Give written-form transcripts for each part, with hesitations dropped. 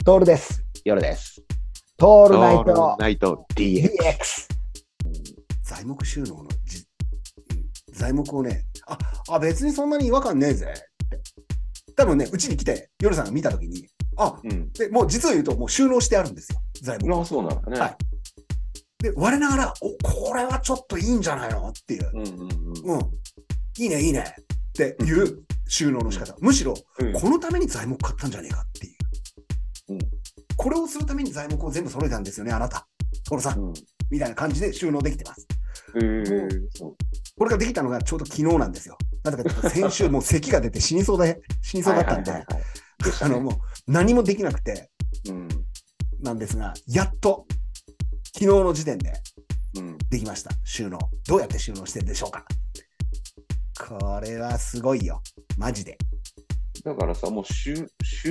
トールです。 夜です。 トールナイオールトナイト DX。 DX。材木収納の材木をね、別にそんなに違和感ねえぜって。多分ね、うちに来て、夜さんが見たときに、でもう実を言うと、もう収納してあるんですよ、材木。 そうなんだね。 はい。で、我ながら、これはちょっといいんじゃないのっていう。いいね、いいねっていう収納の仕方。むしろ、このために材木買ったんじゃねえかっていう。これをするために材木を全部揃えたんですよね、あなた、トルさん、みたいな感じで収納できてます。これができたのがちょうど昨日なんですよ。なぜか先週もう咳が出て死にそうだったんで、もう何もできなくて、なんですが、やっと昨日の時点でできました、収納。どうやって収納してるでしょうか。これはすごいよ、マジで。 だからさ、もう収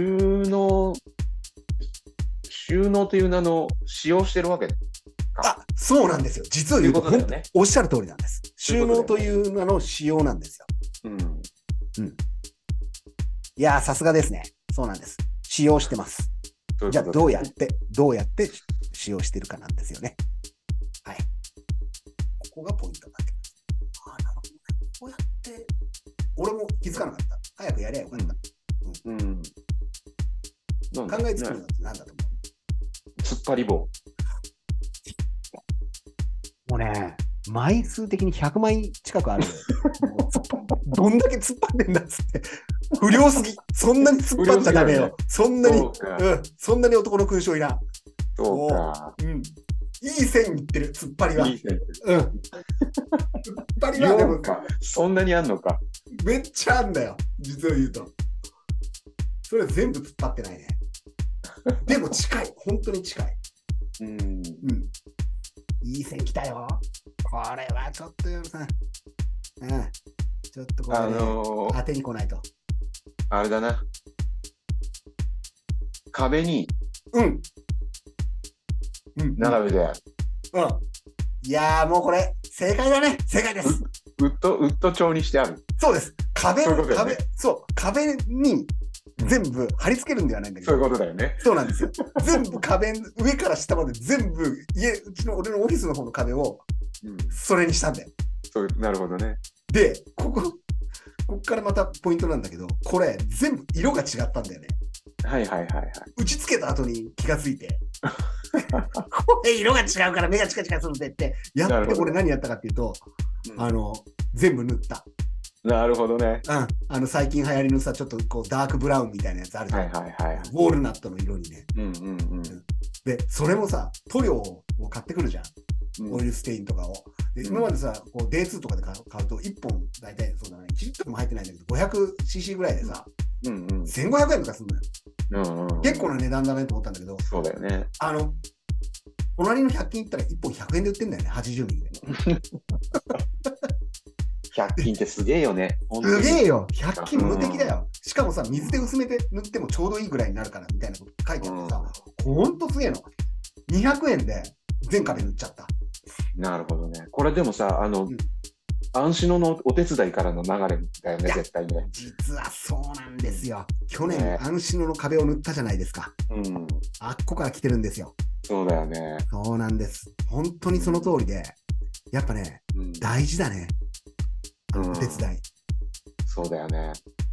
納という名の使用してるわけか。 そうなんですよ。実を言うと、おっしゃる通りなんです。収納という名の使用なんですよ。いやー、さすがですね。そうなんです。使用してます。じゃあ、どうやって使用してるかなんですよね。はい。ここがポイントになってます。なるほどね。こうやって、俺も気づかなかった。早くやりゃよかった。考えつくのって何だと思う？ 突っ張り棒。 もうね、枚数的に100枚近くある。どんだけ突っ張ってんだっつって。不良すぎ。そんなに突っ張っちゃダメよ。そんなに男の勲章いらん。 そうか。 いい線いってる、突っ張りは。 いい線いってる。突っ張りはでもそんなにあんのか。 めっちゃあんだよ、実を言うと。それ全部突っ張ってないね。でも近い、本当に近い。いい線来たよ。これはちょっと夜さん。ちょっとこれ、当てに来ないと。 あれだな。壁に、並べてある。 いやー、もうこれ、正解だね。正解です。 ウッド調にしてある。 そうです。壁に全部貼り付けるんではないんだけど。 そういうことだよね。 そうなんですよ。全部上から下まで全部俺のオフィスの方の壁をそれにしたんだよ。 なるほどね。 で、こっからまたポイントなんだけど、これ全部色が違ったんだよね。打ち付けた後に気がついて、これ色が違うから目がチカチカするんでって、やってこれ何やったかっていうと、全部塗った。 なるほどね。 最近流行りのさ、ちょっとこうダークブラウンみたいなやつあるじゃん。ウォールナットの色にね。で、それもさ、塗料を買ってくるじゃん。オイルステインとかを。で今までさ、こう D2 とかで買うと1本大体そうだね、1リットルも入ってないんだけど、500cc ぐらいでさ、1500円とかするのよ。結構な値段だねと思ったんだけど、 そうだよね。 隣の100均行ったら1本100円で売ってんだよね、80ミリで。 100均ってすげえよね。 すげえよ。100均無敵だよ。しかもさ、水で薄めて塗ってもちょうどいいぐらいになるからみたいなこと書いてあってさ、ほんとすげえの。200円で全壁塗っちゃった。 なるほどね。これでもさ、アンシノのお手伝いからの流れだよね、絶対ね。 実はそうなんですよ。去年、アンシノの壁を塗ったじゃないですか。あっこから来てるんですよ。 そうだよね。 そうなんです。本当にその通りで、やっぱね、大事だね。お手伝い。 そうだよね。